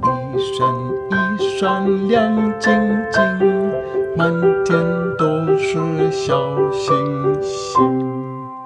一闪一闪亮晶晶，满天都是小星星。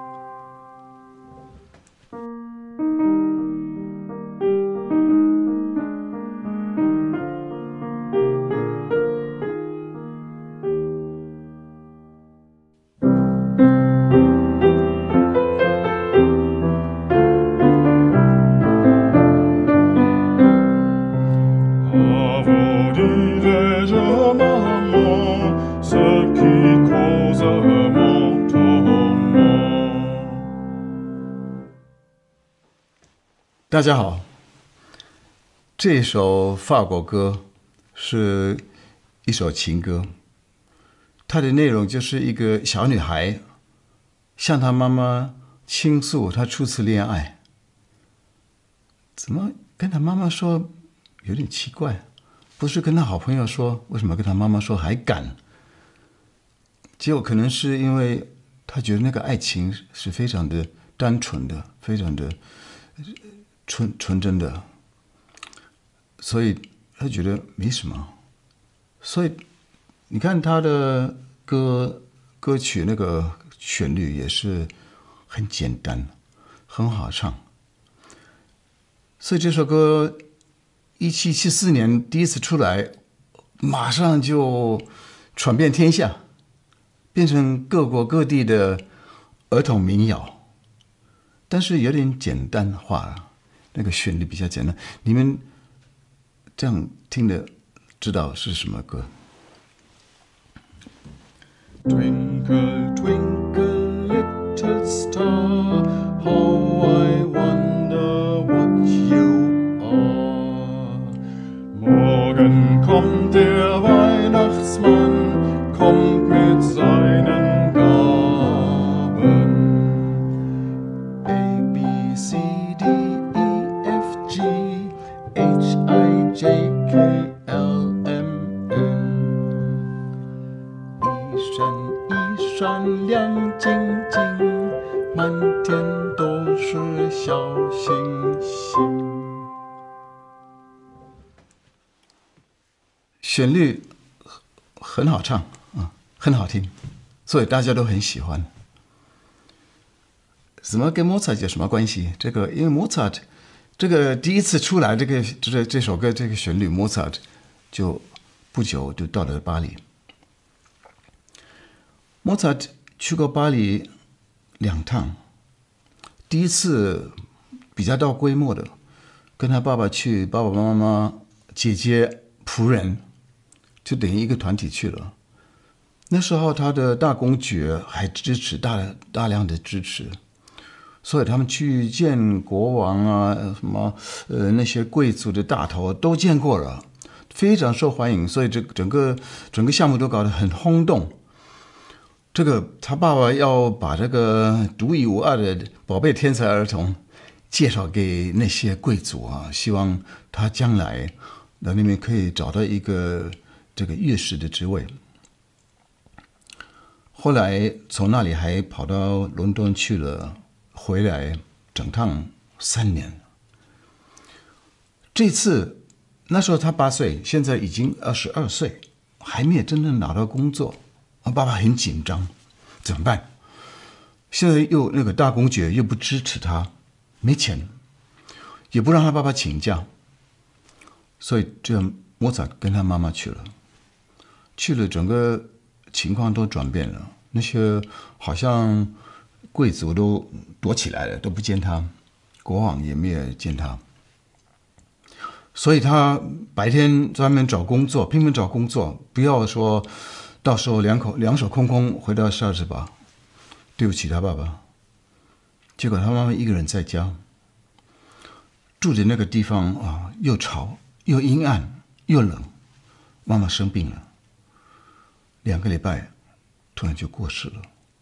大家好，这首法国歌是一首情歌，它的内容就是一个小女孩向她妈妈倾诉她初次恋爱，怎么跟她妈妈说有点奇怪，不是跟她好朋友说，为什么跟她妈妈说还敢？结果可能是因为她觉得那个爱情是非常的单纯的，非常的纯真的，所以他觉得没什么。所以你看他的歌曲那个旋律也是很简单，很好唱。所以这首歌1774年第一次出来，马上就传遍天下，变成各国各地的儿童民谣，但是有点简单化了。那个旋律比较简单，你们这样听的知道是什么歌 ？Twinkle, twinkle, little star, how I wonder what you are. Morgen kommt der Weihnachtsmann, kommt mit seinen Gaben. A, B, C, D,H,I,J,K,L,M,N 一闪一闪亮晶晶，满天都是小星星。旋律很好唱啊，很好听，所以大家都很喜欢。怎么跟莫扎特有什么关系？这个因为莫扎特这个第一次出来，这首歌这个旋律，莫扎特就不久就到了巴黎。莫扎特去过巴黎2趟，第一次比较大规模的，跟他爸爸去，爸爸妈妈、姐姐、仆人，就等于一个团体去了。那时候他的大公爵还支持大量的支持。所以他们去见国王啊，什么那些贵族的大头都见过了，非常受欢迎，所以这整个项目都搞得很轰动。这个他爸爸要把这个独一无二的宝贝天才儿童介绍给那些贵族啊，希望他将来在那边可以找到一个这个乐师的职位。后来从那里还跑到伦敦去了。回来整趟3年。这次那时候他8岁，现在已经22岁，还没有真正拿到工作。爸爸很紧张，怎么办？现在又那个大公爵又不支持他，没钱，也不让他爸爸请假，所以这样莫扎特跟他妈妈去了，整个情况都转变了。那些好像贵族都躲起来了，都不见他，国王也没有见他，所以他白天专门找工作，拼命找工作，不要说到时候两手空空回到沙子堡，对不起他爸爸。结果他妈妈一个人在家，住的那个地方啊，又吵又阴暗又冷，妈妈生病了，2个礼拜，突然就过世了。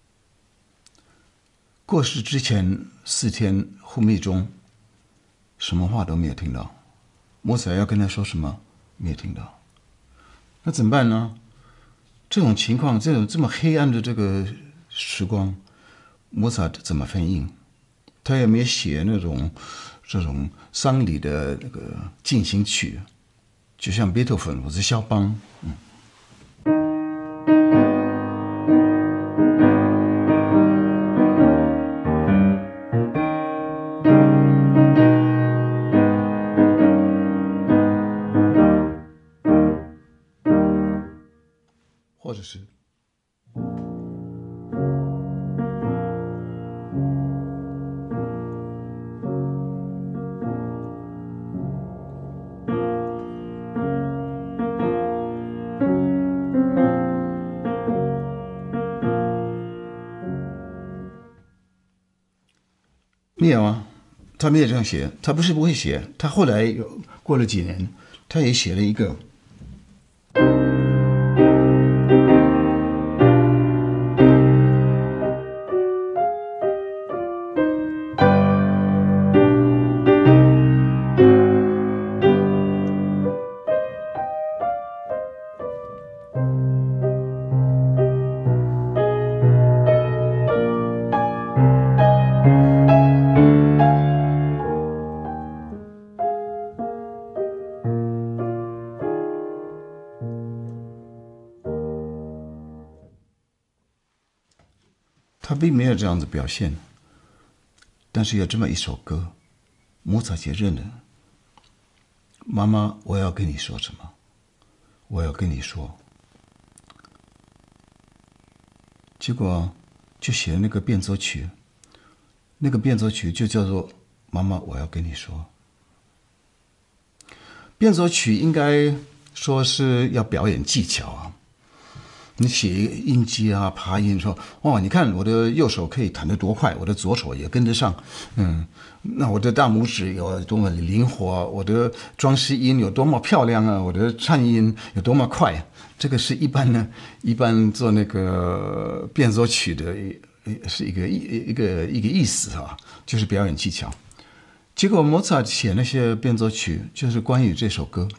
过世之前4天昏迷中，什么话都没有听到。莫扎特要跟他说什么，没有听到。那怎么办呢？这种情况，这么黑暗的这个时光，莫扎特怎么反应？他也没有写这种丧礼的那个进行曲， 就像贝多芬或者肖邦，或者是。没有啊，他没有这样写，他不是不会写，他后来过了几年，他也写了一个。他并没有这样子表现，但是有这么一首歌，莫扎特认了。妈妈，我要跟你说什么？我要跟你说。结果就写了那个变奏曲，那个变奏曲就叫做《妈妈，我要跟你说》。变奏曲应该说是要表演技巧啊。你写音阶啊，爬音，说哦，你看我的右手可以弹得多快，我的左手也跟得上，那我的大拇指有多么灵活，我的装饰音有多么漂亮啊，我的颤音有多么快，这个是一般做那个变奏曲的是一个意思啊，就是表演技巧。结果莫扎特写那些变奏曲，就是关于这首歌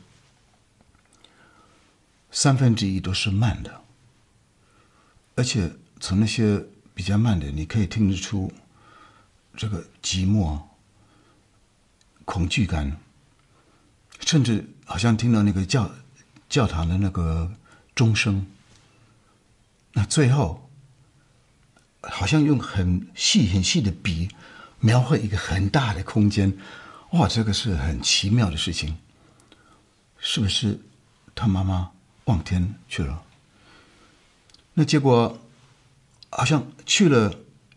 1/3都是慢的。而且从那些比较慢的，你可以听得出这个寂寞、恐惧感，甚至好像听到那个教堂的那个钟声。那最后，好像用很细的笔描绘一个很大的空间。哇，这个是很奇妙的事情。是不是他妈妈望天去了？那结果好像去了，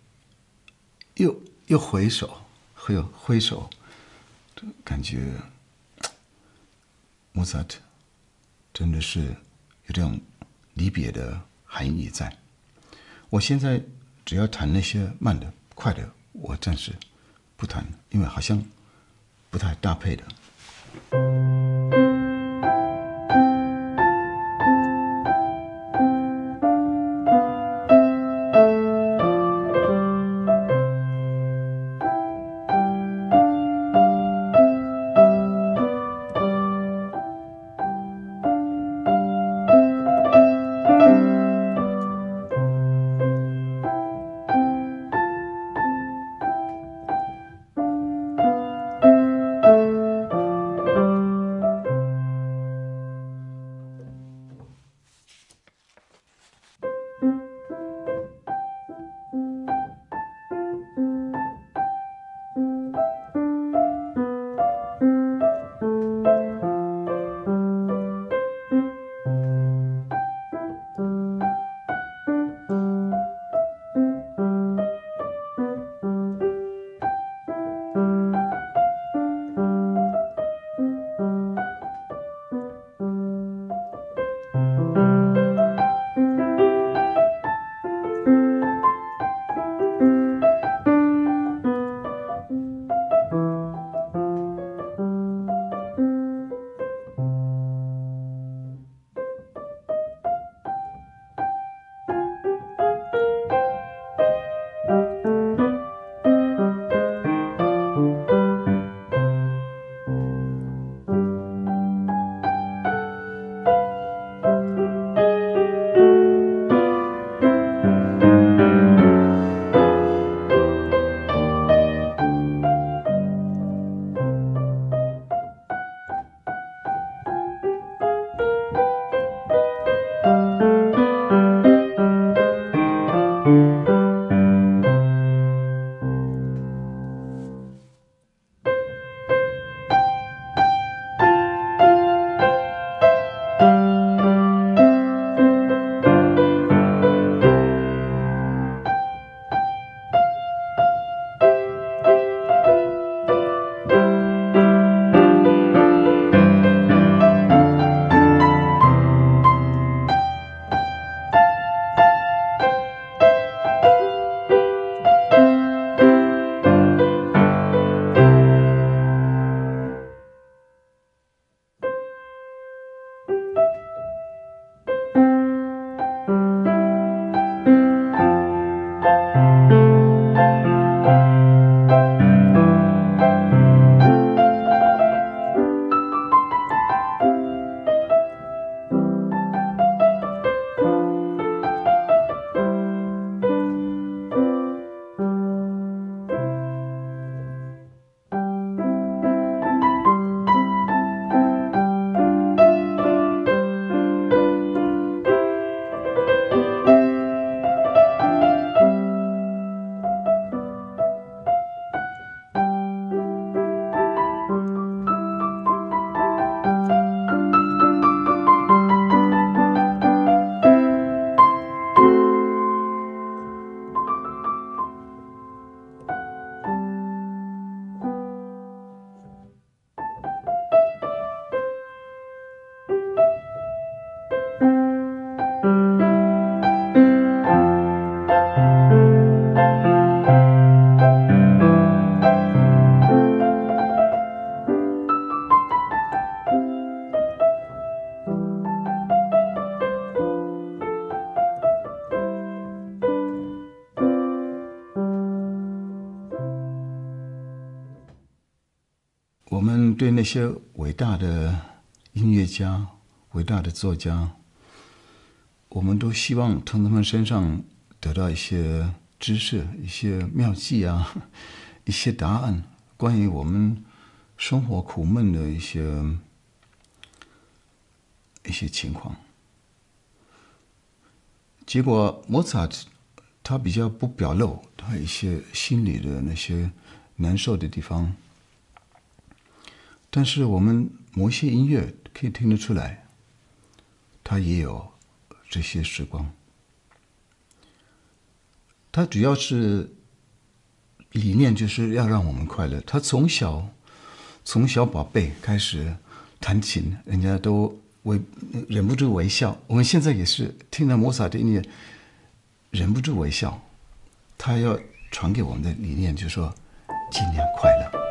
又回首，挥手，感觉莫扎特真的是有这种离别的含义在。我现在只要弹那些慢的、快的，我暂时不弹，因为好像不太搭配的。 对那些伟大的音乐家、伟大的作家，我们都希望从他们身上得到一些知识、一些妙计啊，一些答案，关于我们生活苦闷的一些情况。结果莫扎特他比较不表露他一些心里的那些难受的地方，但是我们某些音乐可以听得出来，他也有这些时光。他主要是理念就是要让我们快乐。他从小宝贝开始弹琴，人家都忍不住微笑。我们现在也是听到莫扎特的音乐，忍不住微笑。他要传给我们的理念就是说，尽量快乐。